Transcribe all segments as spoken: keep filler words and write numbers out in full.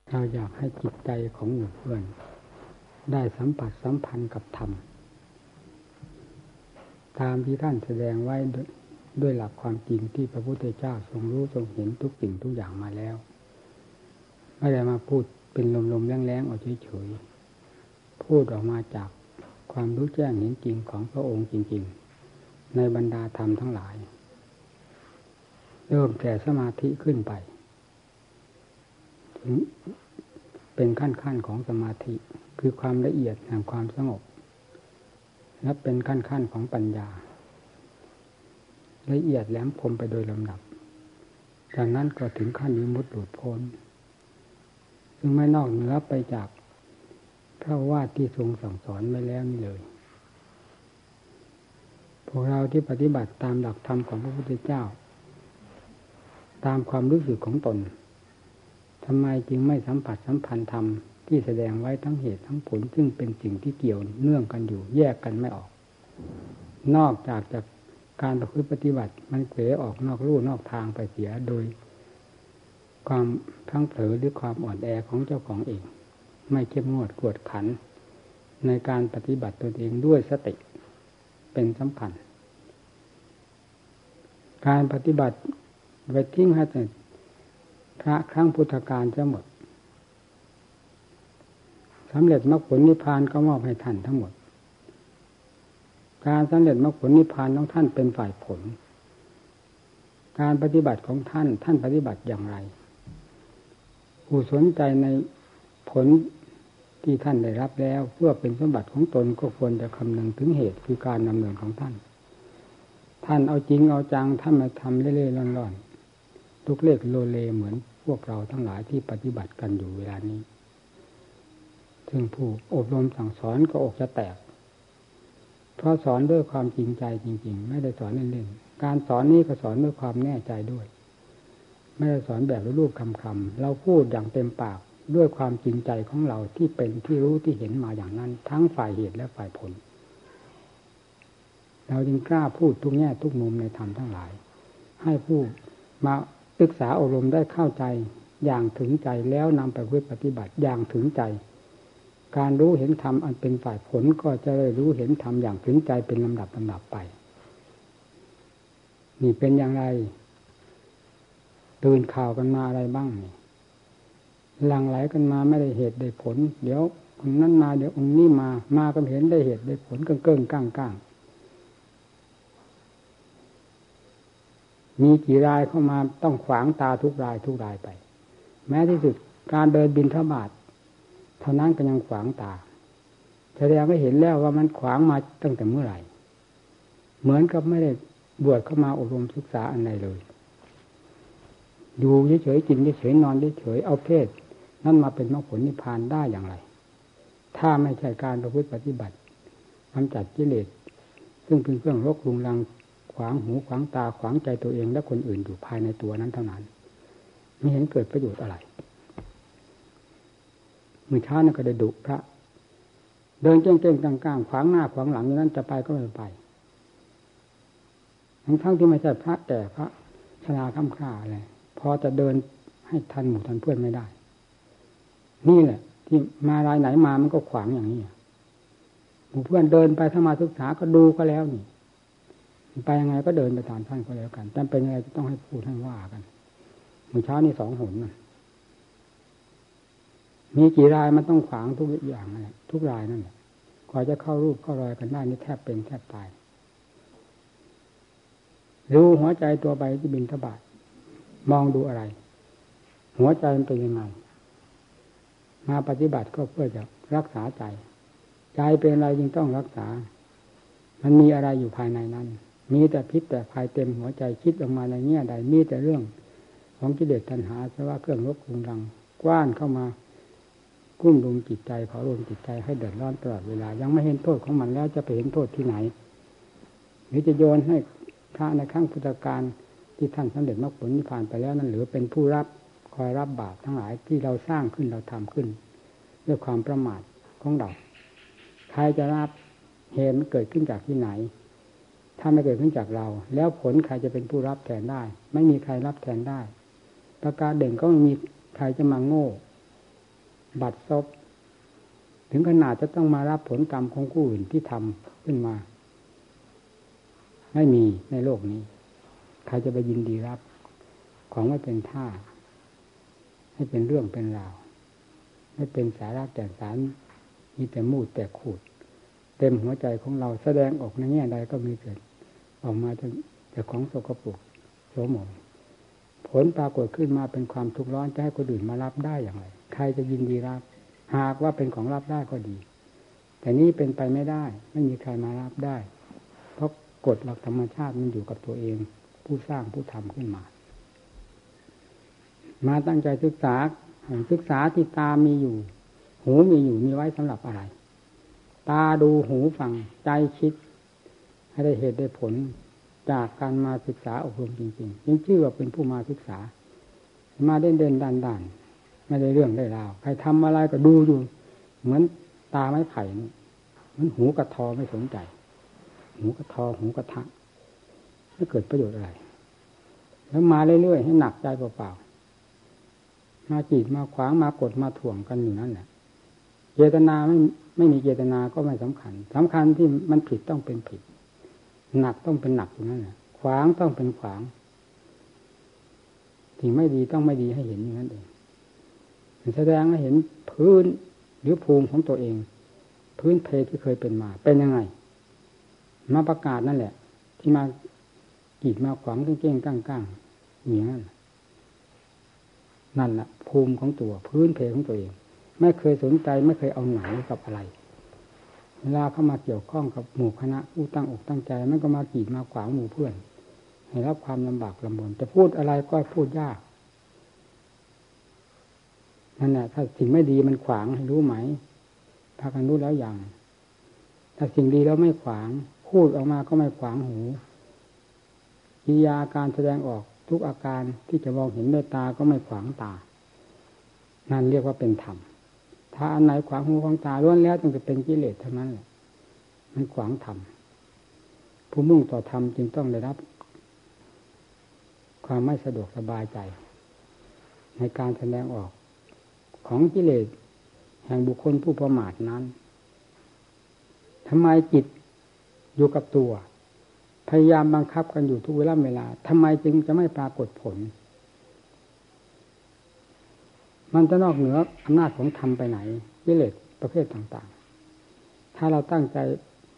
เราอยากให้จิตใจของหมู่เพื่อนได้สัมผัสสัมพันธ์กับธรรมตามที่ท่านแสดงไว้ด้วยหลักความจริงที่พระพุทธเจ้าทรงรู้ทรงเห็นทุกสิ่งทุกอย่างมาแล้วไม่ได้มาพูดเป็นลมๆแรงๆเอาเฉยๆพูดออกมาจากความรู้แจ้งเห็นจริงของพระองค์จริงๆในบรรดาธรรมทั้งหลายเริ่มแต่สมาธิขึ้นไปถึงเป็นขั้นๆของสมาธิคือความละเอียดแห่งความสงบและเป็นขั้นๆของปัญญาละเอียดแหลมคมไปโดยลำดับจากนั้นก็ถึงขั้นวิมุตติหลุดพ้นซึ่งไม่นอกเหนือไปจากพระวาทที่ทรงสั่งสอนไว้แล้วนี่เลยพวกเราที่ปฏิบัติตามหลักธรรมของพระพุทธเจ้าตามความรู้สึกของตนทำไมจึงไม่สัมผัสสัมพันธ์ธรรมที่แสดงไว้ทั้งเหตุทั้งผลซึ่งเป็นสิ่งที่เกี่ยวเนื่องกันอยู่แยกกันไม่ออกนอกจากจากการประพฤติปฏิบัติมันเผลอออกนอกลู่นอกทางไปเสียโดยความพลั้งเผลอหรือความอ่อนแอของเจ้าของเองไม่เข้มงวดกวดขันในการปฏิบัติตนเองด้วยสติเป็นสำคัญการปฏิบัติไว้ทิ้งให้แต่พระครั้งพุทธกาลจะหมดสำเร็จมรรคผลนิพพานก็มอบให้ท่านทั้งหมดการสำเร็จมรรคผลนิพพานของท่านเป็นฝ่ายผลการปฏิบัติของท่านท่านปฏิบัติอย่างไรผู้สนใจในผลที่ท่านได้รับแล้วเพื่อเป็นสมบัติของตนก็ควรจะคำนึงถึงเหตุคือการดำเนินของท่านท่านเอาจริงเอาจังท่านมาทำเล่ๆร่อนๆทุกเลขโลเลเหมือนพวกเราทั้งหลายที่ปฏิบัติกันอยู่เวลานี้ซึ่งผู้อบรมสั่งสอนก็อกจะแตกเพราะสอนด้วยความจริงใจจริงๆไม่ได้สอนเล่นๆการสอนนี้ก็สอนด้วยความแน่ใจด้วยไม่ได้สอนแบบรูปคำๆเราพูดอย่างเต็มปากด้วยความจริงใจของเราที่เป็นที่รู้ที่เห็นมาอย่างนั้นทั้งฝ่ายเหตุและฝ่ายผลเราจึงกล้าพูดทุกแง่ทุกมุมในธรรมทั้งหลายให้ผู้มาศึกษาอบรมได้เข้าใจอย่างถึงใจแล้วนำไปปฏิบัติอย่างถึงใจการรู้เห็นธรรมอันเป็นฝ่ายผลก็จะได้รู้เห็นธรรมอย่างถึงใจเป็นลำดับลำดับไปนี่เป็นอย่างไรตื่นข่าวกันมาอะไรบ้างนี่หลั่งไหลกันมาไม่ได้เหตุได้ผลเดี๋ยวองค์นั้นมาเดี๋ยวองค์นี้มามาก็เห็นได้เหตุได้ผลเกิ้งๆก้างๆมีกี่รายเข้ามาต้องขวางตาทุกรายทุกรายไปแม้ที่สุดการเดินบิณฑบาตเท่านั้นก็ยังขวางตาแสดงให้เห็นแล้วว่ามันขวางมาตั้งแต่เมื่อไหร่เหมือนกับไม่ได้บวชเข้ามาอบรมศึกษาอันใดเลยอยู่เฉยๆกินเฉยๆนอนเฉยๆเอาเพศนั่นมาเป็นมรรคผลนิพพานได้อย่างไรถ้าไม่ใช่การประพฤติปฏิบัติกำจัดกิเลสซึ่งเป็นเครื่องรกรุงรังขวางหูขวางตาขวางใจตัวเองและคนอื่นอยู่ภายในตัวนั้นเท่านั้นไม่เห็นเกิดประโยชน์อะไรเมื่อเช้านี่ก็ได้ดุพระเดินเก้งๆกลางๆขวางหน้าขวางหลังอยู่นั้นจะไปก็ไม่ไปทั้งทั้งที่ไม่ใช่พระแต่พระชราค่ำค่าอะไรพอจะเดินให้ทันหมู่ทันเพื่อนไม่ได้นี่แหละที่มารายไหนมามันก็ขวางอย่างนี้หมู่เพื่อนเดินไปถ้ามาศึกษาก็ดูก็แล้วนี่ไปยังไงก็เดินไปตามท่านก็แล้วกันจำเป็นอะไรจะต้องให้พูดให้ว่ากันเมื่อเช้านี่สองหนน่ะมีกี่รายมันต้องขวางทุกอย่างนั่นแหละทุกรายนั่นแหละกว่าจะเข้ารูปเข้ารอยกันได้นี่แทบเป็นแทบตายรู้หัวใจตัวไปที่บิณฑบาตมองดูอะไรหัวใจมันเป็นยังไงมาปฏิบัติก็เพื่อจะรักษาใจใจเป็นอะไรจึงต้องรักษามันมีอะไรอยู่ภายในนั้นมีแต่พิษแต่ภัยเต็มหัวใจคิดออกมาในแง่ใดมีแต่เรื่องของกิเลสตัณหาเพราะว่าเครื่องรบกวนรังกว้านเข้ามากุ้มลุมจิตใจเผาลมจิตใจให้เดือดร้อนตลอดเวลายังไม่เห็นโทษของมันแล้วจะไปเห็นโทษที่ไหนหรือจะโยนให้พระในครั้งพุทธกาลที่ท่านสำเร็จมรรคผลนิพพานไปแล้วนั้นหรือเป็นผู้รับคอยรับบาปทั้งหลายที่เราสร้างขึ้นเราทำขึ้นด้วยความประมาทของเราใครจะรับเหตุมันเกิดขึ้นจากที่ไหนถ้าไม่เกิดขึ้นจากเราแล้วผลใครจะเป็นผู้รับแทนได้ไม่มีใครรับแทนได้ประการเด่นก็ไม่มีใครจะมาโง่บัดซบถึงขนาดจะต้องมารับผลกรรมของผู้อื่นที่ทำขึ้นมาไม่มีในโลกนี้ใครจะไปยินดีรับของไม่เป็นท่าให้เป็นเรื่องเป็นราวไม่เป็นสาระแต่สารมีแต่มูดแต่ขูดเต็มหัวใจของเราแสดงออกในแง่ใดก็มีเกิดออกมาจากของสกปรกโสมมผลปรากฏขึ้นมาเป็นความทุกข์ร้อนจะให้คนอื่นมารับได้อย่างไรใครจะยินดีรับหากว่าเป็นของรับได้ก็ดีแต่นี้เป็นไปไม่ได้ไม่มีใครมารับได้เพราะกฎหลักธรรมชาติมันอยู่กับตัวเองผู้สร้างผู้ทำขึ้นมามาตั้งใจศึกษาศึกษาที่ตามีอยู่หูมีอยู่มีไว้สำหรับอะไรตาดูหูฟังใจคิดให้ได้เหตุได้ผลจากการมาศึกษาอบรมจริงๆยังชื่อว่าเป็นผู้มาศึกษามาเด่นเด่นด่านด่านไม่ได้เรื่องได้ราวใครทำอะไรก็ดูอยู่เหมือนตาไม้ไผ่นี่เหมือนหูกระทอไม่สนใจหูกระทอหูกระทะไม่เกิดประโยชน์อะไรแล้วมาเรื่อยๆให้หนักใจเปล่าๆมาจีดมาขวางมากดมาถ่วงกันอยู่นั่นแหละเจตนาไม่ไม่มีเจตนาก็ไม่สำคัญสำคัญที่มันผิดต้องเป็นผิดหนักต้องเป็นหนักอยู่นั่นแหละขวางต้องเป็นขวางสิ่งไม่ดีต้องไม่ดีให้เห็นอย่างนั้นเองแสดงให้เห็นพื้นหรือภูมิของตัวเองพื้นเพที่เคยเป็นมาเป็นยังไงมาประกาศนั่นแหละที่มากีดมาขวางเก้งๆก้างๆอย่างนั้นนั่นแหละภูมิของตัวพื้นเพของตัวเองไม่เคยสนใจไม่เคยเอาไหนกับอะไรเวลาเข้ามาเกี่ยวข้องกับหมู่คณะผู้ตั้งอกตั้งใจมันก็มากีดมาขวางหมู่เพื่อนให้รับความลำบากลำบนจะพูดอะไรก็พูดยากนั่นแหละถ้าสิ่งไม่ดีมันขวางให้รู้ไหมพากันรู้แล้วอย่างถ้าสิ่งดีแล้วไม่ขวางพูดออกมาก็ไม่ขวางหูกิริยาการแสดงออกทุกอาการที่จะมองเห็นด้วยตาก็ไม่ขวางตานั่นเรียกว่าเป็นธรรมถ้าอันไหนขวางหูขวางตาล้วนแล้วต้องจะเป็นกิเลสเท่านั้นแหละมันขวางธรรมผู้มุ่งต่อธรรมจึงต้องได้รับความไม่สะดวกสบายใจในการแสดงออกของกิเลสแห่งบุคคลผู้ประมาทนั้นทำไมจิตอยู่กับตัวพยายามบังคับกันอยู่ทุกเวลาเวลาทำไมจึงจะไม่ปรากฏผลมันจะนอกเหนืออำนาจของธรรมไปไหนกิเลสประเภทต่างๆถ้าเราตั้งใจ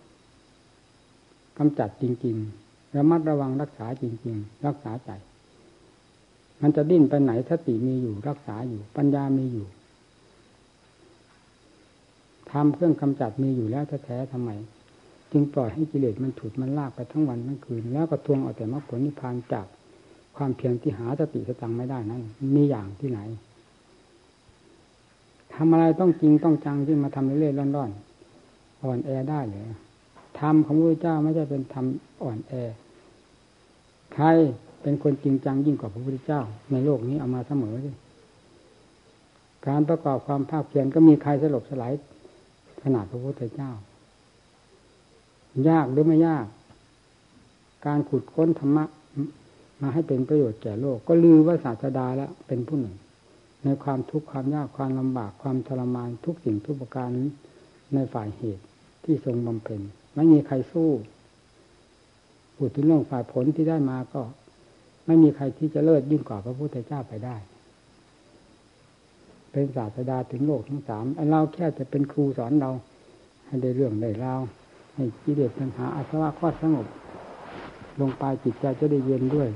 กำจัดจริงๆระมัดระวังรักษาจริงๆรักษาใจมันจะดิ้นไปไหนสติมีอยู่รักษาอยู่ปัญญามีอยู่ทำเครื่องกำจัดมีอยู่แล้วแท้ๆทำไมจึงปล่อยให้กิเลสมันฉุดมันลากไปทั้งวันทั้งคืนแล้วก็ทวงเอาแต่มรรคผลนิพพานจากความเพียรที่หาสติสตังไม่ได้นั้นมีอย่างที่ไหนทำอะไรต้องจริงต้องจังที่มาทำเรื่อยๆร่อนๆอ่อนแอได้เลยธรรมของพระพุทธเจ้าไม่ใช่เป็นธรรมอ่อนแอใครเป็นคนจริงจังยิ่งกว่าพระพุทธเจ้าในโลกนี้เอามาเสมอเลยการประกอบความภาคเพียรก็มีใครสลบสลายขนาดพระพุทธเจ้ายากหรือไม่ยากการขุดค้นธรรมะมาให้เป็นประโยชน์แก่โลกก็ลือว่าศาสดาแล้วเป็นผู้หนึ่งในความทุกข์ความยากความลำบากความทรมานทุกสิ่งทุกประการในฝ่ายเหตุที่ทรงบำเพ็ญไม่มีใครสู้พูดถึงเรื่องฝ่ายผลที่ได้มาก็ไม่มีใครที่จะเลิศยิ่งกว่าพระพุทธเจ้าไปได้เป็นศาสดาถึงโลกทั้งสามอันเราแค่จะเป็นครูสอนเราให้ได้เรื่องได้ราวให้กิเลสปัญหาอาสวะข้อสงบลงไปจิตใจจะได้เย็นด้วย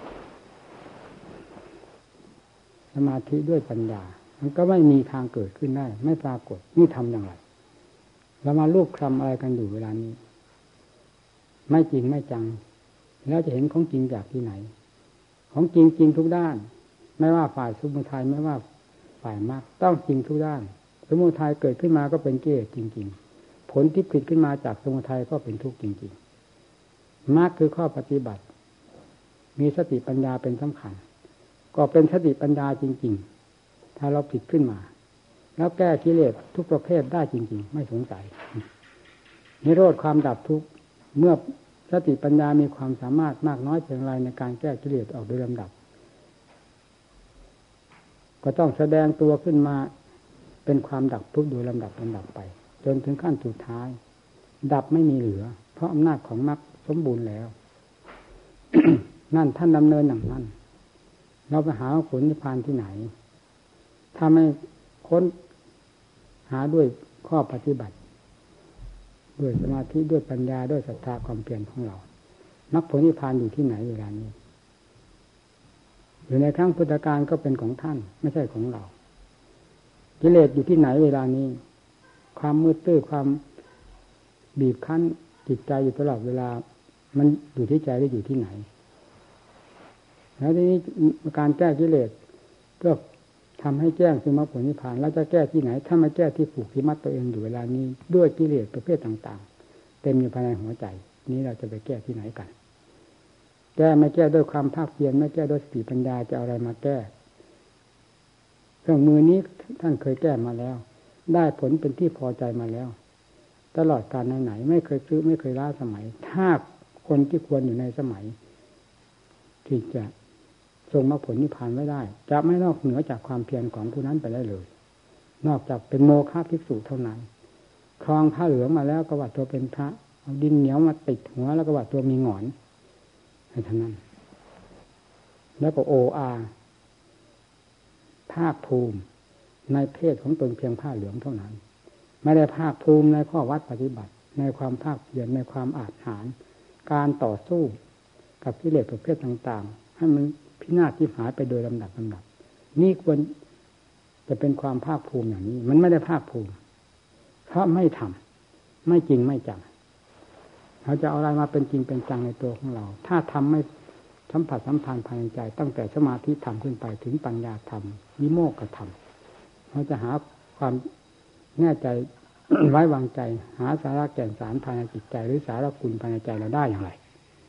สมาธิด้วยปัญญามันก็ไม่มีทางเกิดขึ้นได้ไม่ปรากฏนี่ทำอย่างไรเรามาลูกคลำอะไรกันอยู่เวลานี้ไม่จริงไม่จังแล้วจะเห็นของจริงจากที่ไหนของจริงจริงทุกด้านไม่ว่าฝ่ายสมุทัยไม่ว่าฝ่ายมรรคต้องจริงทุกด้านสมุทัยเกิดขึ้นมาก็เป็นกิเลสจริงๆผลที่ผิดขึ้นมาจากสมุทัยก็เป็นทุกข์จริงๆมรรคคือข้อปฏิบัติมีสติปัญญาเป็นสำคัญก็เป็นสติปัญญาจริงๆถ้าเราผิดขึ้นมาแล้วแก้กิเลสทุกประเภทได้จริงๆไม่สงสัยนิโรธความดับทุกข์เมื่อสติปัญญามีความสามารถมากน้อยเพียงไรในการแก้กิเลสออกโดยลำดับก็ต้องแสดงตัวขึ้นมาเป็นความดับทุกข์โดยลำดับลำดับไปจนถึงขั้นสุดท้ายดับไม่มีเหลือเพราะอำนาจของมรรคสมบูรณ์แล้ว นั่นท่านดำเนินอย่างนั้นเราไปหาผลนิพพานที่ไหนถ้าไม่ค้นหาด้วยข้อปฏิบัติด้วยสมาธิด้วยปัญญาด้วยศรัทธาความเปลี่ยนของเรามรรคผลนิพพานอยู่ที่ไหนเวลานี้อยู่ในครั้งพุทธกาลก็เป็นของท่านไม่ใช่ของเรากิเลสอยู่ที่ไหนเวลานี้ความมืดตื้อความบีบคั้นจิตใจอยู่ตลอดเวลามันอยู่ที่ใจหรืออยู่ที่ไหนแล้วทีนี้การแก้กิเลสเพื่อทำให้แจ้งซึ่งมรรคผลนิพพานแล้วจะแก้ที่ไหนถ้าไม่แก้ที่ผูกที่มัดตัวเองอยู่เวลานี้ด้วยกิเลสประเภทต่างๆเต็มอยู่ภายในหัวใจนี้เราจะไปแก้ที่ไหนกันแก้ไม่แก้ด้วยความภาคเพียรไม่แก้ด้วยสติปัญญาจะเอาอะไรมาแก้เครื่องมือนี้ท่านเคยแก้มาแล้วได้ผลเป็นที่พอใจมาแล้วตลอดกาลไหนๆไม่เคยซื้อไม่เคยล้าสมัยถ้าคนที่ควรอยู่ในสมัยที่จะทรงมรรคผลนิพพานไว้ได้จะไม่นอกเหนือจากความเพียรของผู้นั้นไปได้เลยนอกจากเป็นโมฆะภิกษุเท่านั้นครองผ้าเหลืองมาแล้วก็ว่าตัวเป็นพระเอาดินเหนียวมาติดหัวแล้วก็ว่าตัวมีหงอนเท่านั้นแล้วก็โออาภาคภูมิในเพศของตนเพียงผ้าเหลืองเท่านั้นไม่ได้ภาคภูมิในข้อวัดปฏิบัติในความภาคเพียรในความอาจหาญการต่อสู้กับกิเลสประเภทต่างๆให้มันพินาศทิพหายไปโดยลำดับลำดับนี่ควรจะเป็นความภาคภูมิอย่างนี้มันไม่ได้ภาคภูมิเพราะไม่ทำไม่จริงไม่จังเราจะเอาอะไรมาเป็นจริงเป็นจังในตัวของเราถ้าทำไม่สัมผัสสัมพันธ์ภายในใจตั้งแต่สมาธิธรรมขึ้นไปถึงปัญญาธรรมวิโมกขธรรมเราจะหาความแน่ใจ ไว้วางใจหาสาระแก่นสารภายในจิตใจหรือสาระคุณภายในใจเราได้อย่างไร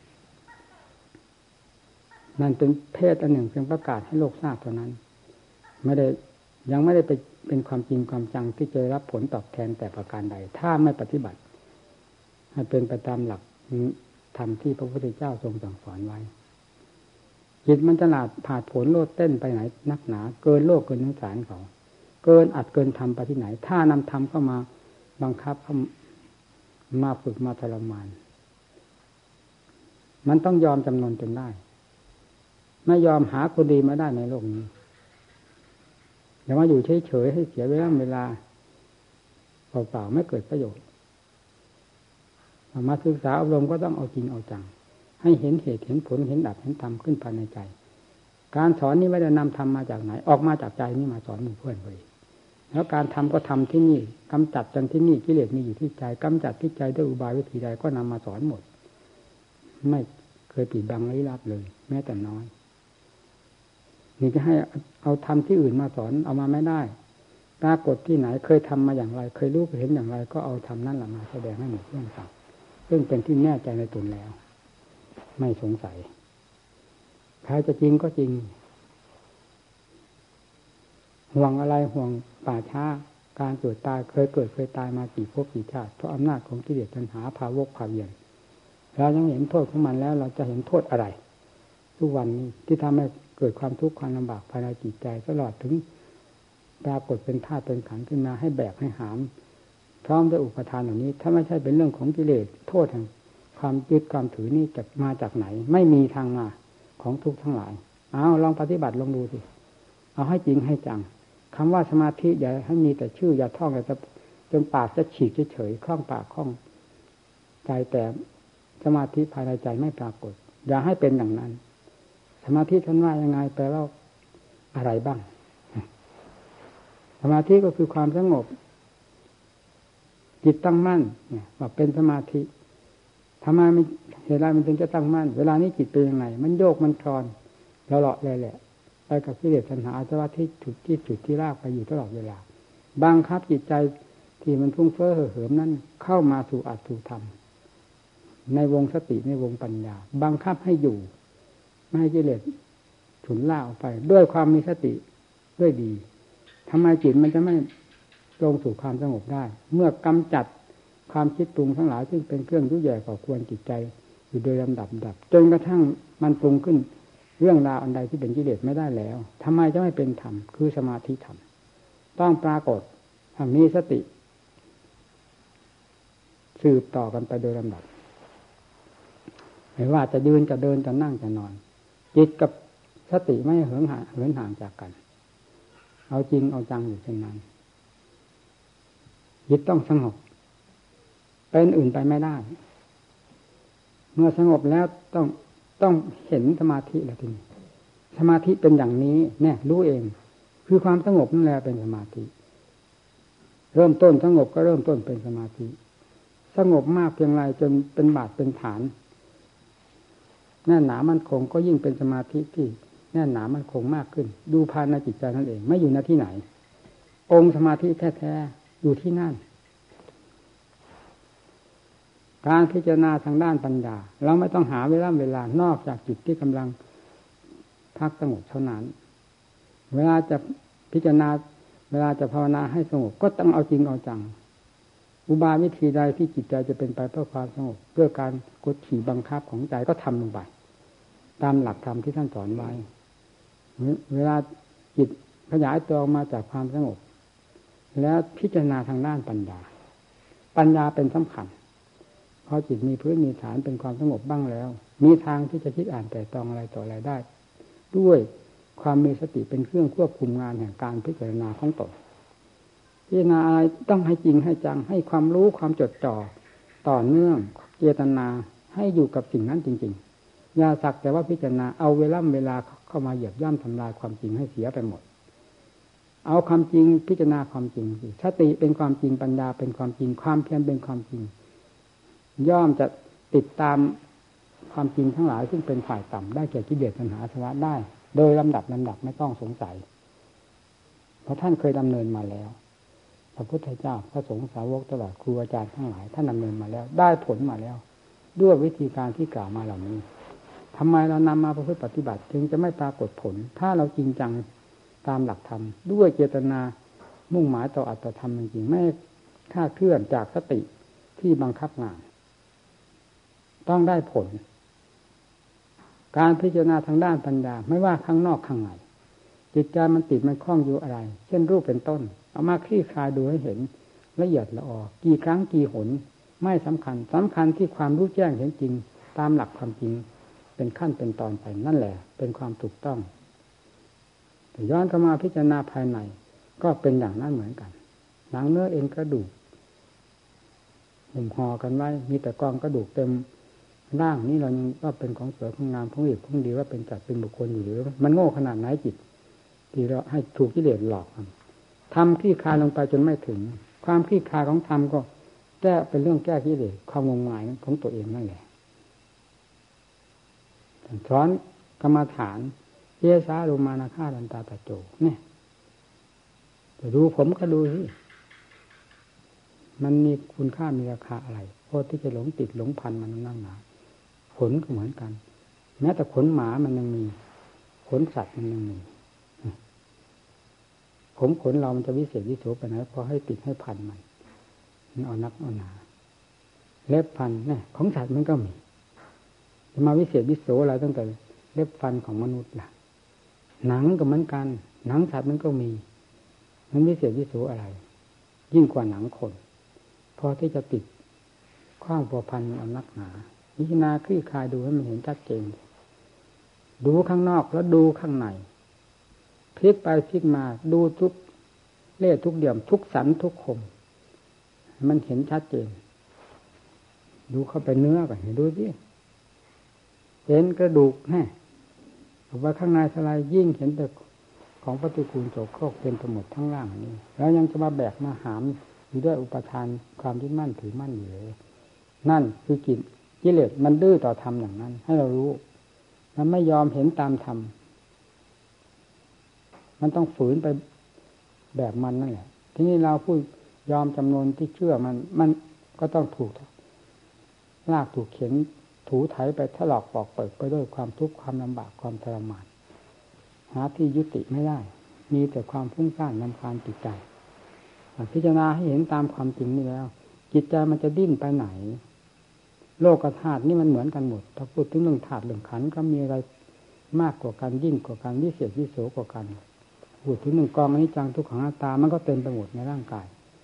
นั่นเป็นเพศอันหนึ่งเพียงประกาศให้โลกทราบเท่านั้นไม่ได้ยังไม่ได้ไปเป็นความจริงความจังที่จะรับผลตอบแทนแต่ประการใดถ้าไม่ปฏิบัติให้เป็นไปตามหลักธรรมที่พระพุทธเจ้าทรงสั่งสอนไว้จิตมันจะหลาดผาดผลโลดเต้นไปไหนนักหนาเกินโลกเกินสงสารเขาเกินอัดเกินทำไปที่ไหนถ้านำธรรมเข้ามาบังคับเข้ามาฝึกมาทรมานมันต้องยอมจำนนจนได้ไม่ยอมหาคนดีมาได้ในโลกนี้อย่ามาอยู่เฉยๆให้เสียเวลาเวลาเปล่าๆไม่เกิดประโยชน์มาศึกษาอบรมก็ต้องเอาจริงเอาจังให้เห็นเหตุเห็นผลเห็นดับเห็นธรรมขึ้นภายในใจการสอนนี้ไม่ได้นำธรรมมาจากไหนออกมาจากใจนี่มาสอนหมู่เพื่อนเลยแล้วการทำก็ทำที่นี่กำจัดกันที่นี่กิเลสมีอยู่ที่ใจกำจัดที่ใจด้วยอุบายวิธีใดก็นำมาสอนหมดไม่เคยปิดบังลี้ลับเลยแม้แต่น้อยนี่จะให้เอาทำที่อื่นมาสอนเอามาไม่ได้ปรากฏที่ไหนเคยทำมาอย่างไรเคยรู้เห็นอย่างไรก็เอาทำนั่นแหละมาแสดงให้หมู่เพื่อนฟังซึ่งเป็นที่แน่ใจในตนแล้วไม่สงสัยใครจะจริงก็จริงห่วงอะไรห่วงป่าช้าการเกิดตายเคยเกิดเคยตายมากี่ภพกี่ชาติเพราะอำนาจของกิเลสตัณหาพาวกพาเวียนเรายังเห็นโทษของมันแล้วเราจะเห็นโทษอะไรทุกวันนี้ที่ทำให้เกิดความทุกข์ความลำบากภายในจิตใจตลอดถึงปรากฏเป็นธาตุเป็นขันธ์ขึ้นมาให้แบกให้หามพร้อมด้วยอุปทานเหล่านี้ถ้าไม่ใช่เป็นเรื่องของกิเลสโทษแห่งความยึดความถือนี่จะมาจากไหนไม่มีทางมาของทุกข์ทั้งหลายเอาลองปฏิบัติลองดูสิเอาให้จริงให้จังคำว่าสมาธิอย่าให้มีแต่ชื่ออย่าท่องแต่จนปากจะฉีกเฉยๆคล่องปากคล่องใจแต่สมาธิภายในใจไม่ปรากฏอย่าให้เป็นอย่างนั้นสมาธิท่านว่ายังไงแปลว่าอะไรบ้างสมาธิก็คือความสงบจิตตั้งมั่นเนี่ยว่าเป็นสมาธิทำไมมันเหตุไรมันจึงจะตั้งมั่นเวลานี้จิตเป็นยังไงมันโยกมันคลอนเราเลาะเลยแหละไปกับกิเลสตัณหาอาสวะที่จุดที่จุดที่รากไปอยู่ตลอดเวลาบังคับจิตใจที่มันฟุ้งเฟ้อเห่อเหิมนั้นเข้ามาสู่อัตสู่ธรรมในวงสติในวงปัญญาบังคับให้อยู่ไม่ให้กิเลสฉุนล่าออกไปด้วยความมีสติด้วยดีทำไมจิตมันจะไม่ลงสู่ความสงบได้เมื่อกำจัดความคิดปรุงทั้งหลายซึ่งเป็นเครื่องยุ่ยแย่ก่อควรจิตใจอยู่โดยลำดับดับจนกระทั่งมันปรุงขึ้นเรื่องราวอันใดที่เป็นกิเลสไม่ได้แล้วทำไมจะไม่เป็นธรรมคือสมาธิธรรมต้องปรากฏมีสติสืบต่อกันไปโดยลำดับไม่ว่าจะยืนจะเดินจะนั่งจะนอนจิตกับสติไม่เหินห่างเหินห่างจากกันเอาจริงเอาจังอยู่เช่นนั้นจิตต้องสงบเป็นอื่นไปไม่ได้เมื่อสงบแล้วต้องต้องเห็นสมาธิแล้วทีนี้สมาธิเป็นอย่างนี้เนี่ยรู้เองคือความสงบนั่นแหละเป็นสมาธิเริ่มต้นสงบก็เริ่มต้นเป็นสมาธิสงบมากเพียงไรจนเป็นบาทเป็นฐานแน่นหนามั่นคงก็ยิ่งเป็นสมาธิที่แน่นหนามั่นคงมากขึ้นดูภายในจิตใจนั่นเองไม่อยู่ณที่ไหนองค์สมาธิแท้ๆอยู่ที่นั่นการพิจารณาทางด้านปัญญาเราไม่ต้องหาเวลาเวลานอกจากจิตที่กำลังพักสงบเท่านั้นเวลาจะพิจารณาเวลาจะภาวนาให้สงบก็ต้องเอาจริงเอาจังอุบายวิธีใดที่จิตใจจะเป็นไปเพื่อความสงบเพื่อการกดขี่บังคับของใจก็ทำลงไปตามหลักธรรมที่ท่านสอนไว้เวลาจิตขยายตัวออกมาจากความสงบแล้วพิจารณาทางด้านปัญญาปัญญาเป็นสำคัญเพราะจิตมีพื้นมีฐานเป็นความสงบบ้างแล้วมีทางที่จะคิดอ่านแต่ตองอะไรต่ออะไรได้ด้วยความมีสติเป็นเครื่องควบคุมงานแห่งการพิจารณาของตนพิจารณาอะไรต้องให้จริงให้จังให้ความรู้ความจดจ่อต่อเนื่องเจตนาให้อยู่กับสิ่งนั้นจริงๆอย่าสักแต่ว่าพิจารณาเอาเวลาเวลาเข้ามาเหยียบย่ำทำลายความจริงให้เสียไปหมดเอาความจริงพิจารณาความจริงสติเป็นความจริงปัญญาเป็นความจริงความเพียรเป็นความจริงย่อมจะติดตามความจริงทั้งหลายซึ่งเป็นฝ่ายต่ำได้แก่กิเลสตัณหาอาสวะได้โดยลำดับลำดับไม่ต้องสงสัยเพราะท่านเคยดำเนินมาแล้วพระพุทธเจ้าพระสงฆ์สาวกตลอดครูอาจารย์ทั้งหลายท่านดำเนินมาแล้วได้ผลมาแล้วด้วยวิธีการที่กล่าวมาเหล่านี้ทำไมเรานำมาประพฤติปฏิบัติจึงจะไม่ปรากฏผลถ้าเราจริงจังตามหลักธรรมด้วยเจตนามุ่งหมายต่ออัตธรรมจริงๆไม่คลาดเคลื่อนจากสติที่บังคับงานต้องได้ผลการพิจารณาทางด้านปัญญาไม่ว่าข้างนอกข้างในจิตใจมันติดมันคล้องอยู่อะไรเช่นรูปเป็นต้นเอามาคลี่คลายดูให้เห็นละเอียดละออกี่ครั้งกี่หนไม่สำคัญสำคัญที่ความรู้แจ้งเห็นจริงตามหลักความจริงเป็นขั้นเป็นตอนไปนั่นแหละเป็นความถูกต้องแต่ย้อนเข้ามาพิจารณาภายในก็เป็นอย่างนั้นเหมือนกันหนังเนื้อเอ็นกระดูกห่มห่อกันไว้มีแต่กองกระดูกเต็มร่างนี้เรายังว่าเป็นของสวยของงามของดีของดีว่าเป็นจัดเป็นบุคคลอยู่หรือมันโง่ขนาดไหนจิตที่เราให้ถูกกิเลสหลอกทำคลี่คลายลงไปจนไม่ถึงความคลี่คลายของธรรมก็แก้เป็นเรื่องแก้กิเลสความงมงายของตัวเองนั่นแหละสอนกรรมฐานเยสาโลมานาคาดันตาตะโจเนี่ยแต่ดูผมก็ดูสิมันมีคุณค่ามีราคาอะไรเพราะที่จะหลงติดหลงพันมันนั่งหนาขนก็เหมือนกันแม้แต่ขนหมามันยังมีขนสัตว์มันยังมีผมขนเรามันจะวิเศษวิโสไปไหนพอให้ติดให้พันมันมันเอานักเอาหนาเล็บพันเนี่ยของสัตว์มันก็มีจะมาวิเศษวิโสอะไรตั้งแต่เล็บฟันของมนุษย์ล่ะหนังก็เหมือนกันหนังสัตว์มันก็มีมันวิเศษวิโสอะไรยิ่งกว่าหนังคนพอที่จะติดข้างพัวพันเอานักหนาพิจารณาคลี่คลายดูให้มันเห็นชัดเจนดูข้างนอกแล้วดูข้างในพลิกไปพลิกมาดูทุกเล่ทุกเดี่ยมทุกสันทุกคมมันเห็นชัดเจนดูเข้าไปเนื้อก่อนเห็นดูสิเห็นกระดูกแน่ว่าข้างในสลายยิ่งเห็นแต่ของปฏิกูลโสโครกเต็มไปหมดทั้งร่างนี้แล้วยังจะมาแบกมาหามอยู่ด้วยอุปทานความยึดมั่นถือมั่นอยู่เลยนั่นคือกิจกิเลสมันดื้อต่อธรรมอย่างนั้นให้เรารู้มันไม่ยอมเห็นตามธรรมมันต้องฝืนไปแบบมันนั่นแหละทีนี้เราผู้ยอมจำนวนที่เชื่อมันมันก็ต้องถูกลากถูกเข็นถูไถไปถลอกปอกเปิดไปด้วยความทุกข์ความลำบากความทรมานหาที่ยุติไม่ได้มีแต่ความฟุ้งซ่านรำคาญจิตใจพิจารณาให้เห็นตามความจริงนี่แล้วจิตใจมันจะดิ้นไปไหนโลกธาตุนี่มันเหมือนกันหมดถ้าพูดถึงเรื่องธาตุเรื่องขันธ์ก็มีอะไรมากกว่ากันยิ่งกว่ากันวิเศษวิโสกว่ากันพูดถึงเรื่องกองอนิจจังทุกขังอนัตตามันก็เต็มไปหมดในร่างกาย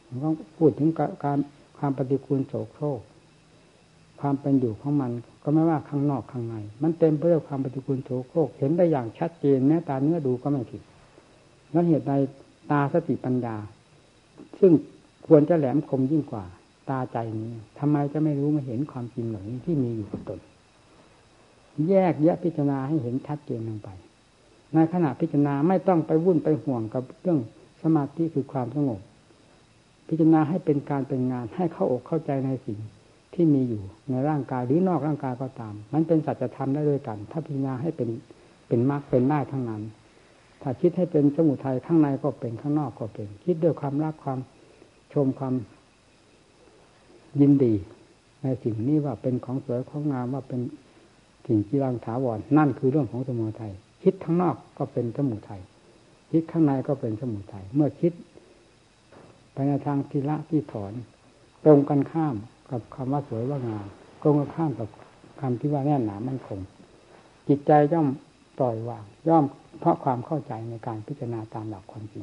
ต้องพูดถึงการความปฏิกูลโสโครกความเป็นอยู่ของมันก็ไม่ว่าข้างนอกข้างในมันเต็มไปด้วยความปฏิกูลโสโครกเห็นได้อย่างชัดเจนแม้ตาเนื้อดูก็ไม่ผิดแล้วเหตุใดตาสติปัญญาซึ่งควรจะแหลมคมยิ่งกว่าตาใจนี้ทำไมจะไม่รู้มาเห็นความจริงเหล่านี้ที่มีอยู่กับตนแยกแยะพิจารณาให้เห็นชัดเจนลงไปในขณะพิจารณาไม่ต้องไปวุ่นไปห่วงกับเรื่องสมาธิคือความสงบพิจารณาให้เป็นการเป็นงานให้เข้าอกเข้าใจในสิ่งที่มีอยู่ในร่างกายหรือนอกร่างกายก็ตามมันเป็นสัจธรรมได้ด้วยกันถ้าพิจารณาให้เป็นเป็นมรรคเป็นได้ทั้งนั้นถ้าคิดให้เป็นสมุทัยข้างในก็เป็นข้างนอกก็เป็นคิดด้วยความรักความชมความยินดีในสิ่งนี้ว่าเป็นของสวยของงามว่าเป็นสิ่งจีรังถาวรนั่นคือเรื่องของสมุทัยคิดข้างนอกก็เป็นสมุทัยคิดข้างในก็เป็นสมุทัยเมื่อคิดไปในทางทีละที่ถอนตรงกันข้ามกับคำว่าสวยว่างามตรงกันข้ามกับคำที่ว่าแน่นหนามั่นคงจิตใจย่อมปล่อยวางย่อมเพราะความเข้าใจในการพิจารณาตามหลักความจริง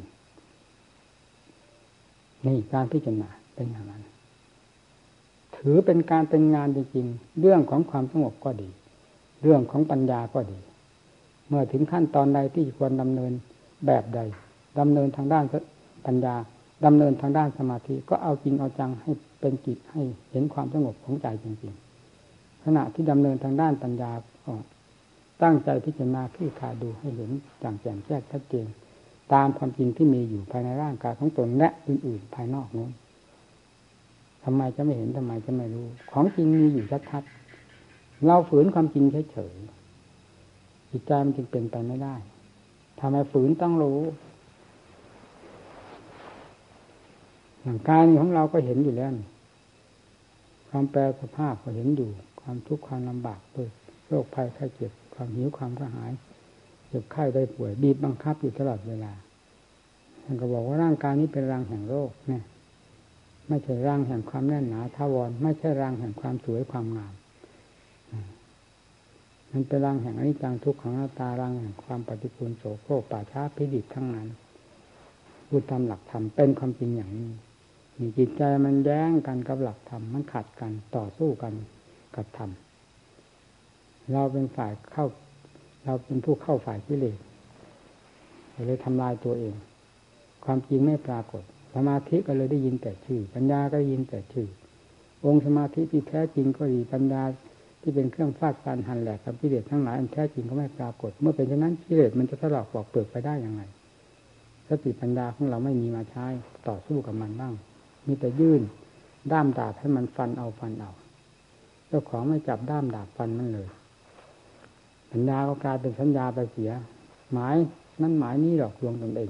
นี่การพิจารณาเป็นอย่างนั้นถือเป็นการเป็นงานจริงๆเรื่องของความสงบก็ดีเรื่องของปัญญาก็ดีเมื่อถึงขั้นตอนใดที่ควรดำเนินแบบใดดำเนินทางด้านปัญญาดำเนินทางด้านสมาธิก็เอาจริงเอาจังให้เป็นจิตให้เห็นความสงบของใจจริงๆขณะที่ดำเนินทางด้านปัญญาก็ตั้งใจพิจารณาคลี่คลายดูให้เห็นแจ่มแจ้งชัดเจนตามความจริงที่มีอยู่ภายในร่างกายของตนและอื่นๆภายนอกนู้นทำไมจะไม่เห็นทำไมจะไม่รู้ของจริงมีอยู่ชัดๆเราฝืนความจริงเฉยๆจิตใจมันจึงเป็นไปไม่ได้ทำไมฝืนต้องรู้ร่างกายนี้ของเราก็เห็นอยู่แล้วความแปรสภาพก็เห็นอยู่ความทุกข์ความลำบากด้วยโรคภัยไข้เจ็บความหิวความกระหายเจ็บไข้ได้ป่วยบีบบังคับอยู่ตลอดเวลาท่านก็บอกว่าร่างกายนี้เป็นรังแห่งโรคเนี่ยไม่ใช่รังแห่งความแน่นหนาถาวรไม่ใช่รังแห่งความสวยความงามมันเป็นรังแห่งอนิจจังทุกขังอนัตตารังแห่งความปฏิกูลโสโครกป่าช้าพิดิบทั้งนั้นพูดตามหลักธรรมเป็นความจริงอย่างนี้มีจิตใจมันแย้งกันกับหลักธรรมมันขัดกันต่อสู้กันกับธรรมเราเป็นฝ่ายเข้าเราเป็นผู้เข้าฝ่ายกิเลสเลยทำลายตัวเองความจริงไม่ปรากฏสมาธิก็เลยได้ยินแต่ชื่อปัญญาก็ได้ยินแต่ชื่อองค์สมาธิที่แท้จริงก็ดีปัญญาที่เป็นเครื่องฟาดฟันหันแหลกกับกิเลสทั้งหลายอันแท้จริงก็ไม่ปรากฏเมื่อเป็นเช่นนั้นกิเลสมันจะถลอกปอกเปลือกไปได้อย่างไรสติปัญญาของเราไม่มีมาใช้ต่อสู้กับมันบ้างมีแต่ยื่นด้ามดาบให้มันฟันเอาฟันเอาเจ้าของไม่จับด้ามดาบฟันมันเลยปัญญาก็กลายเป็นสัญญาไปเสียหมายนั่นหมายนี้หลอกลวงตนเอง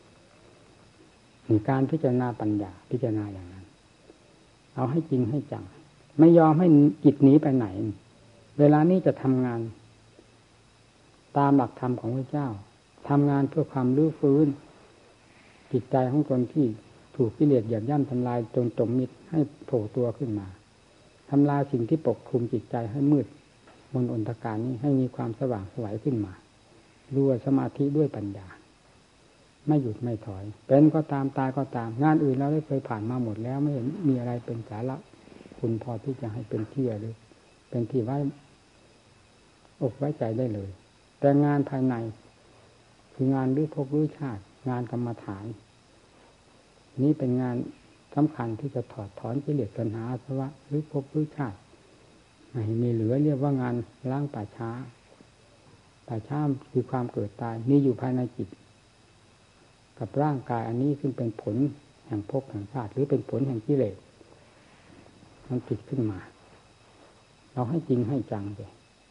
มีการพิจารณาปัญญาพิจารณาอย่างนั้นเอาให้จริงให้จังไม่ยอมให้จิตหนีไปไหนเวลานี้จะทำงานตามหลักธรรมของพระเจ้าทำงานเพื่อความรื้อฟื้นจิตใจของตนที่ถูกกิเลสเหยียบย่ำทำลายจนจมมิดให้โผล่ตัวขึ้นมาทำลายสิ่งที่ปกคลุมจิตใจให้มืดมนอนตการนี้ให้มีความสว่างไสวขึ้นมาด้วยสมาธิด้วยปัญญาไม่หยุดไม่ถอยเป็นก็ตามตายก็ตามงานอื่นเราได้เคยผ่านมาหมดแล้วไม่เห็นมีอะไรเป็นสาระคุณพอที่จะให้เป็นที่หรือเป็นที่ไว้อกไว้ใจได้เลยแต่งานภายในคืองานรื้อภพรื้อชาติงานกรรมฐานนี้เป็นงานสำคัญที่จะถอดถอนกิเลสตัณหาอาสวะหรือภพหรือชาติไม่มีเหลือเรียกว่างานล้างป่าช้าป่าช้าคือความเกิดตายมีอยู่ภายในจิตกับร่างกายอันนี้ซึ่งเป็นผลแห่งภพแห่งชาติหรือเป็นผลแห่งกิเลสมันติดขึ้นมาเราให้จริงให้จังไป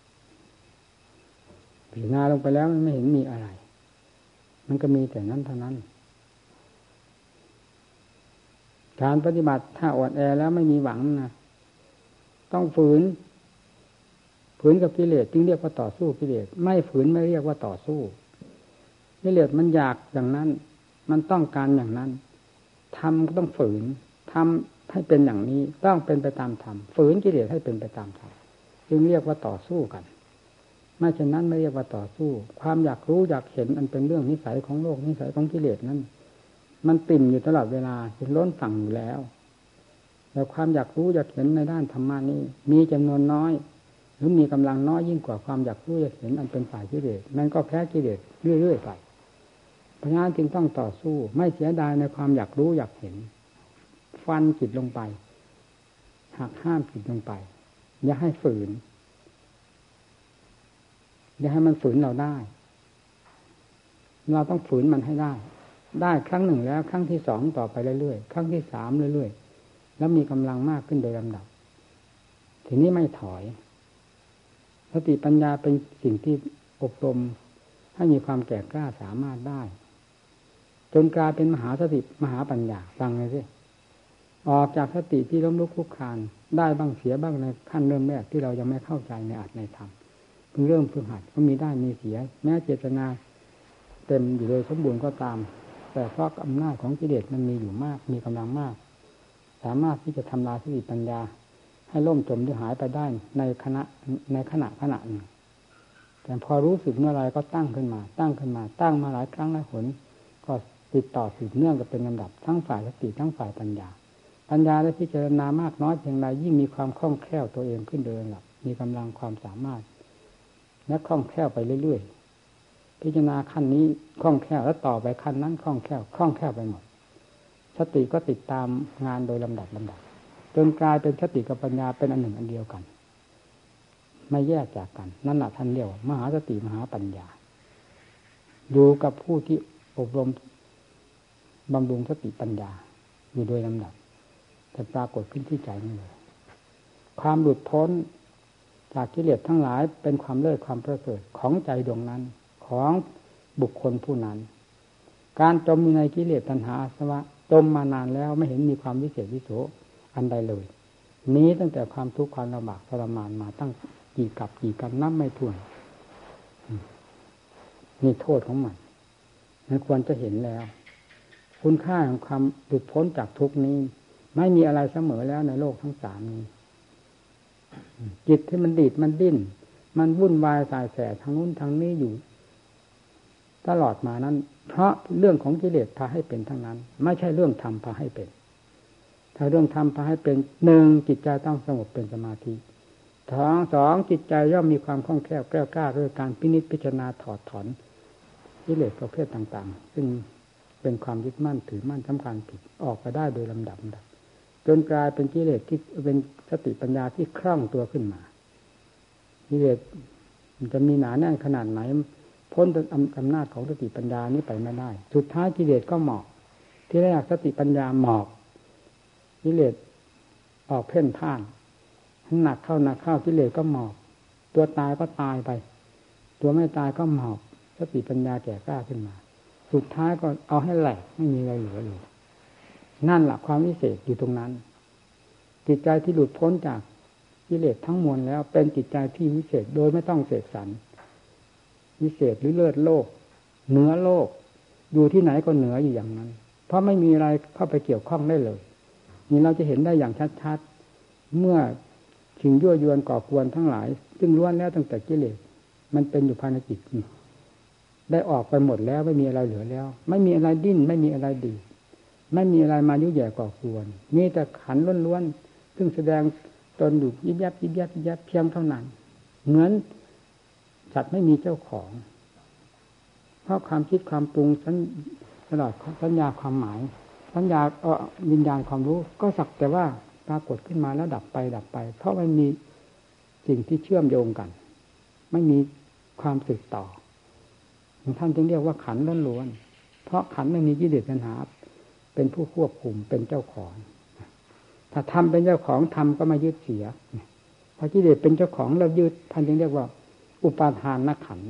พิจารณาลงไปแล้วมันไม่เห็นมีอะไรมันก็มีแต่นั้นเท่านั้นการปฏิบัติถ้าอ่อนแอแล้วไม่มีหวังนะต้องฝืนฝืนกับกิเลสจึงเรียกว่าต่อสู้กิเลสไม่ฝืนไม่เรียกว่าต่อสู้กิเลสมันอยากอย่างนั้นมันต้องการอย่างนั้นทำก็ต้องฝืนทำให้เป็นอย่างนี้ต้องเป็นไปตามธรรมฝืนกิเลสให้เป็นไปตามธรรมจึงเรียกว่าต่อสู้กันไม่เช่นนั้นไม่เรียกว่าต่อสู้ความอยากรู้อยากเห็นอันเป็นเรื่องนิสัยของโลกนิสัยของกิเลสนั้นมันติ่มอยู่ตลอดเวลาเป็นล้นฝั่งอยู่แล้วแต่ความอยากรู้อยากเห็นในด้านธรรมะนี้มีจำนวนน้อยหรือมีกำลังน้อยยิ่งกว่าความอยากรู้อยากเห็นอันเป็นฝ่ายกิเลสมันก็แพ้กิเลสเรื่อยๆไปเพราะฉะนั้นจึงต้องต่อสู้ไม่เสียดายในความอยากรู้อยากเห็นฟันจิตลงไปหักห้ามจิตลงไปอย่าให้ฝืนอย่าให้มันฝืนเราได้เราต้องฝืนมันให้ได้ได้ครั้งหนึ่งแล้วครั้งที่สองต่อไปเรื่อยๆครั้งที่สามเรื่อยๆแล้วมีกำลังมากขึ้นโดยลำดับทีนี้ไม่ถอยสติปัญญาเป็นสิ่งที่อบรมให้มีความแก่กล้าสามารถได้จนกลายเป็นมหาสติมหาปัญญาฟังเลยสิออกจากสติที่ล้มลุกคลุกคลานได้บ้างเสียบ้างในขั้นเริ่มแรกที่เรายังไม่เข้าใจในอัตในธรรมเพิ่งเริ่มฝึกหัดก็มีได้มีเสียแม้เจตนาเต็มอยู่โดยสมบูรณ์ก็ตามแต่เพราะอำนาจของกิเลสมันมีอยู่มากมีกำลังมากสามารถที่จะทำลายสติปัญญาให้ล่มจมหรือหายไปได้ในขณะในขณะขณะหนึ่งแต่พอรู้สึกเมื่อไรก็ตั้งขึ้นมาตั้งขึ้นมาตั้งมาหลายครั้งหลายหนก็ติดต่อสืบเนื่องกันเป็นลำดับทั้งฝ่ายสติทั้งฝ่ายปัญญาปัญญาได้พิจารณามากน้อยเพียงไรยิ่งมีความคล่องแคล่วตัวเองขึ้นโดยลำดับมีกำลังความสามารถและคล่องแคล่วไปเรื่อยๆพิจารณาขั้นนี้คล่องแคล่วแล้วต่อไปขั้นนั้นคล่องแคล่วคล่องแคล่วไปหมดสติก็ติดตามงานโดยลำดับลำดับจนกลายเป็นสติกับปัญญาเป็นอันหนึ่งอันเดียวกันไม่แยกจากกันนั่นแหละท่านเรียกว่ามหาสติมหาปัญญาอยู่กับผู้ที่อบรมบำรุงสติปัญญาอยู่โดยลำดับแต่ปรากฏขึ้นที่ใจนี่เลยความหลุดพ้นจากกิเลสทั้งหลายเป็นความเลิศความประเสริฐของใจดวงนั้นของบุคคลผู้นั้นการจมอยู่ในกิเลสตัณหาอาสวะจมมานานแล้วไม่เห็นมีความวิเศษวิโสอันใดเลยนี้ตั้งแต่ความทุกข์ความลำบากทรมานมาตั้งกี่กับกี่กันนับไม่ถ้วนนี่โทษของมันมันควรจะเห็นแล้วคุณค่าของความหลุดพ้นจากทุกข์นี้ไม่มีอะไรเสมอแล้วในโลกทั้งสามนี้จิตที่มันดีดมันดิ้นมันวุ่นวายสายแสทางนู้นทางนี้อยู่ตลอดมานั้นเพราะเรื่องของกิเลสพาให้เป็นทั้งนั้นไม่ใช่เรื่องธรรมพาให้เป็นถ้าเรื่องธรรมพาให้เป็นหนึ่งจิตใจต้องสงบเป็นสมาธิสองสองจิตใจย่อมมีความคล่องแคล่วแกล้วกล้าด้วยการพินิจพิจารณาถอดถอนกิเลสประเภทต่างๆซึ่งเป็นความยึดมั่นถือมั่นสำคัญผิดออกไปได้โดยลำดับจนกลายเป็นกิเลสที่เป็นสติปัญญาที่คล่องตัวขึ้นมากิเลสมันจะมีหนาแน่นขนาดไหนพ้นอำนาจของสติปัญญานี้ไปไม่ได้สุดท้ายกิเลสก็หมอบที่แรกสติปัญญาหมอบกิเลสออกเพ่นพ่านหนักเข้าหนักเข้ากิเลสก็หมอบตัวตายก็ตายไปตัวไม่ตายก็หมอบสติปัญญาแก่กล้าขึ้นมาสุดท้ายก็เอาให้แหลกไม่มีอะไรเหลือเลยนั่นแหละความวิเศษอยู่ตรงนั้นจิตใจที่หลุดพ้นจากกิเลสทั้งมวลแล้วเป็นจิตใจที่วิเศษโดยไม่ต้องเสกสรรวิเศษหรือเลิศโลกเหนือโลกอยู่ที่ไหนก็เหนืออยู่อย่างนั้นเพราะไม่มีอะไรเข้าไปเกี่ยวข้องได้เลยนี่เราจะเห็นได้อย่างชัดๆเมื่อสิ่งยั่วยวนก่อกวนทั้งหลายซึ่งล้วนแล้วตั้งแต่กิเลสมันเป็นอยู่ภายในจิตนี่ได้ออกไปหมดแล้วไม่มีอะไรเหลือแล้วไม่มีอะไรดิ้นไม่มีอะไรดีไม่มีอะไรมายุ่ยแย่ก่อกวนมีแต่ขันล้วนๆซึ่งแสดงตนอยู่ยิบยับยิบยับยิบยับเพียงเท่านั้นเหมือนสัตว์ไม่มีเจ้าของเพราะความคิดความปรุงตลอดสัญญาความหมายสัญญาเอ่อวิญญาณความรู้ก็สักแต่ว่าปรากฏขึ้นมาแล้วดับไปดับไปเพราะมันมีสิ่งที่เชื่อมโยงกันไม่มีความสืบต่อท่านจึงเรียกว่าขันธ์ล้วนๆเพราะขันธ์ไม่มีกิเลสตัณหาเป็นผู้ควบคุมเป็นเจ้าของถ้าทำเป็นเจ้าของทำก็ไม่ยึดเสียถ้ากิเลสเป็นเจ้าของแล้วยึดท่านจึงเรียกว่าอุปาทานขันธ์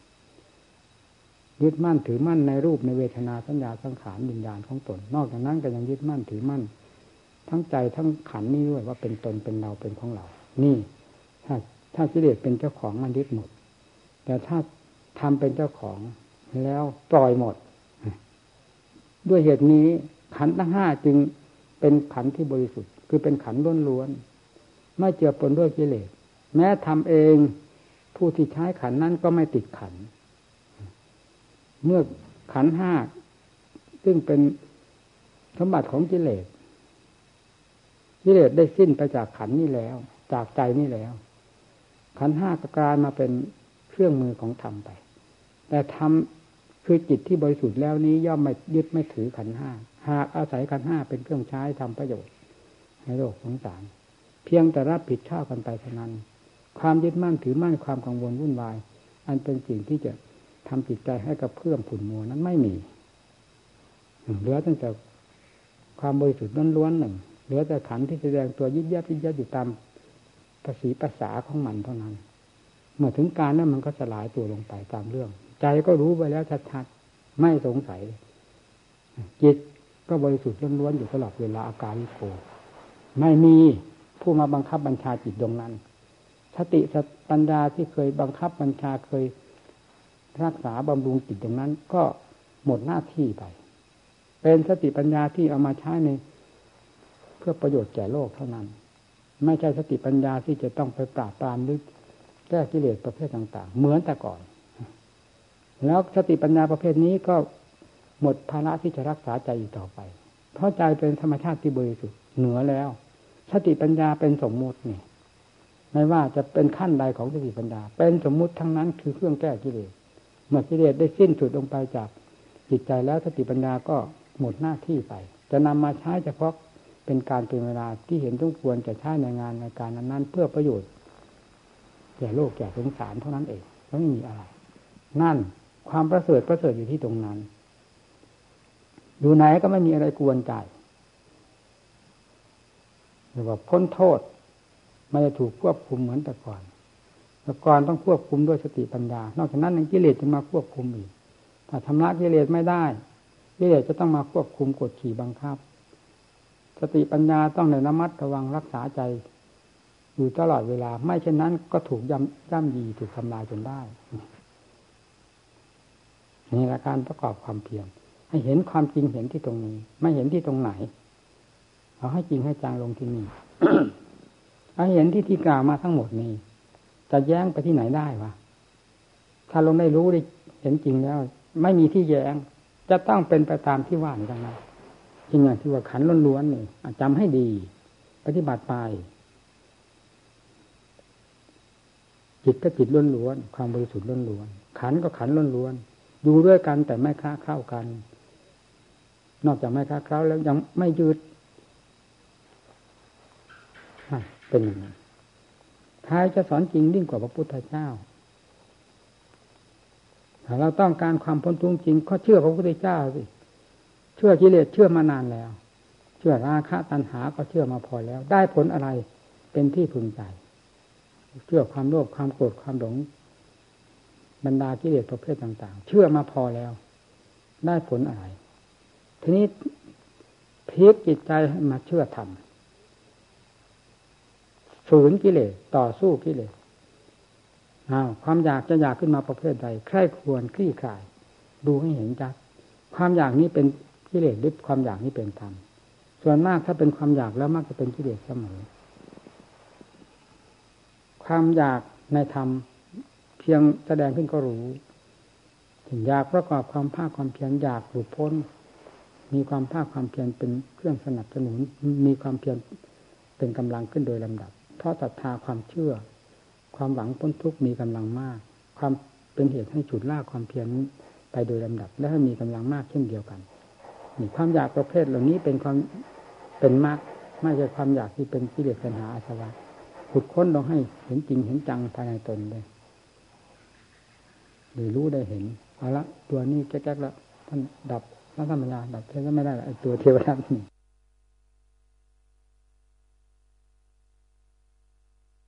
ยึดมั่นถือมั่นในรูปในเวทนาสัญญาสังขารวิญญาณของตนนอกจากนั้นก็ยังยึดมั่นถือมั่นทั้งใจทั้งขันธ์นี้ด้วยว่าเป็นตนเป็นเราเป็นของเรานี่ถ้าถ้ากิเลสเป็นเจ้าของมันยึดหมดแต่ถ้าทำเป็นเจ้าของแล้วปล่อยหมดด้วยเหตุนี้ขันธ์ทั้งห้าจึงเป็นขันธ์ที่บริสุทธิ์คือเป็นขันธ์ล้วนๆไม่เจือปนด้วยกิเลสแม้ทำเองผู้ที่ใช้ขันธ์นั้นก็ไม่ติดขันธ์เมื่อขันธ์ห้าซึ่งเป็นสมบัติของกิเลสกิเลสได้สิ้นไปจากขันธ์นี้แล้วจากใจนี้แล้วขันธ์ห้าก็กลายมาเป็นเครื่องมือของธรรมไปแต่ธรรมคือจิตที่บริสุทธิ์แล้วนี้ย่อมไม่ยึดไม่ถือขันธ์ห้าหากอาศัยขันธ์ห้าเป็นเครื่องใช้ทำประโยชน์ในโลกสงสารเพียงแต่รับผิดชอบกันไปเท่านั้นความยึดมั่นถือมั่นความกังวลวุ่นวายอันเป็นสิ่งที่จะทำจิตใจให้กระเพื่อมขุ่นมัวนั้นไม่มีเหลือตั้งแต่ความบริสุทธิ์ล้วนๆหนึ่งเหลือแต่ขันธ์ที่แสดงตัวยิบยับยิบยับอยู่ตามภาษีภาษาของมันเท่านั้นเมื่อถึงการนั้นมันก็สลายตัวลงไปตามเรื่องใจก็รู้ไปแล้วชัดๆไม่สงสัยจิตก็บริสุทธิ์ล้วนๆอยู่ตลอดเวลาอาการลิโกไม่มีผู้มาบังคับบัญชาจิตดวงนั้นสติปัญญาที่เคยบังคับบัญชาเคยรักษาบำรุงจิตดวงนั้นก็หมดหน้าที่ไปเป็นสติปัญญาที่เอามาใช้ในเพื่อประโยชน์แก่โลกเท่านั้นไม่ใช่สติปัญญาที่จะต้องไปปราบปรามหรือแก้กิเลสประเภทต่างๆเหมือนแต่ก่อนแล้วสติปัญญาประเภทนี้ก็หมดภาระที่จะรักษาใจอีกต่อไปเพราะใจเป็นธรรมชาติที่บริสุทธิ์เหนือแล้วสติปัญญาเป็นสมมุตินี่ไม่ว่าจะเป็นขั้นใดของสติปัญญาเป็นสมมุติทั้งนั้นคือเครื่องแก้กิเลสเมื่อกิเลสได้สิ้นสุดลงไปจากจิตใจแล้วสติปัญญาก็หมดหน้าที่ไปจะนำมาใช้เฉพาะเป็นการเป็นเวลาที่เห็นต้องควรจะใช้ในงานในการนั้นๆเพื่อประโยชน์แก่โลกแก่สงสารเท่านั้นเองแล้วไม่มีอะไรนั่นความประเสริฐประเสริฐอยู่ที่ตรงนั้นอยู่ไหนก็ไม่มีอะไรกวนใจหรือว่าพ้นโทษไม่ได้ถูกควบคุมเหมือนแต่ก่อนแต่ก่อนต้องควบคุมด้วยสติปัญญานอกจากนั้นกิเลสจะมาควบคุมอีกถ้าทำละกิเลสไม่ได้กิเลสจะต้องมาควบคุมกดขี่บังคับสติปัญญาต้องในระมัดระวังรักษาใจอยู่ตลอดเวลาไม่เช่นนั้นก็ถูกย่ำย่ำยีถูกทำลายจนได้นี่แหละการประกอบความเพียรให้เห็นความจริงเห็นที่ตรงนี้ไม่เห็นที่ตรงไหนเอาให้จริงให้จังลงที่นี่ เอาเห็นที่ที่กล่าวมาทั้งหมดนี้จะแย้งไปที่ไหนได้วะถ้าลงได้รู้ได้เห็นจริงแล้วไม่มีที่แย้งจะต้องเป็นไปตามที่ว่านี้ทั้งนั้นจริงอย่างที่ว่าขันล้วนๆนี่จำให้ดีปฏิบัติไปจิตก็จิตล้วนๆความบริสุทธิ์ล้วนๆขันก็ขันล้วนๆอยู่ด้วยกันแต่ไม่ค้าเข้ากันนอกจากไม่ค้าเข้าแล้วยังไม่ยืดเป็นอย่างนั้นท้ายจะสอนจริงยิ่งกว่าพระพุทธเจ้าถ้าเราต้องการความพ้นทุกข์จริงก็เชื่อพระพุทธเจ้าสิเชื่อกิเลสเชื่อมานานแล้วเชื่อราคะตัณหาก็เชื่อมาพอแล้วได้ผลอะไรเป็นที่พึงใจเชื่อความโลภความโกรธความหลงบรรดากิเลสประเภทต่างๆเชื่อมาพอแล้วได้ผลอะไรทีนี้พลิกจิตใจให้มาเชื่อธรรมฝืนกิเลสต่อสู้กิเลสอ้าวความอยากจะอยากขึ้นมาประเภทใดใคร่ควรคลี่คลายดูให้เห็นชัดความอยากนี้เป็นกิเลสหรือความอยากนี้เป็นธรรมส่วนมากถ้าเป็นความอยากแล้วมักจะเป็นกิเลสเสมอความอยากในธรรมเพียงแสดงขึ้นก็รู้ถึงอยากประกอบความภาคความเพียรอยากหลุดพ้นมีความภาคความเพียรเป็นเครื่องสนับสนุนมีความเพียรเป็นกำลังขึ้นโดยลำดับเพราะศรัทธาความเชื่อความหวังพ้นทุกข์มีกำลังมากความเป็นเหตุให้ฉุดลากความเพียรไปโดยลำดับและให้มีกำลังมากเช่นเดียวกันนี่ความอยากประเภทเหล่านี้เป็นความเป็นมากไม่ใช่ความอยากที่เป็นกิเลสตัณหาอาสวะขุดค้นลองให้เห็นจริงเห็นจังภายในตนเลยหรือรู้ได้เห็นเอาละตัวนี้แก๊กๆแล้วท่านดับแล้วธรรมดาดับเทศไม่ได้ไอ้ตัวเทวดานี่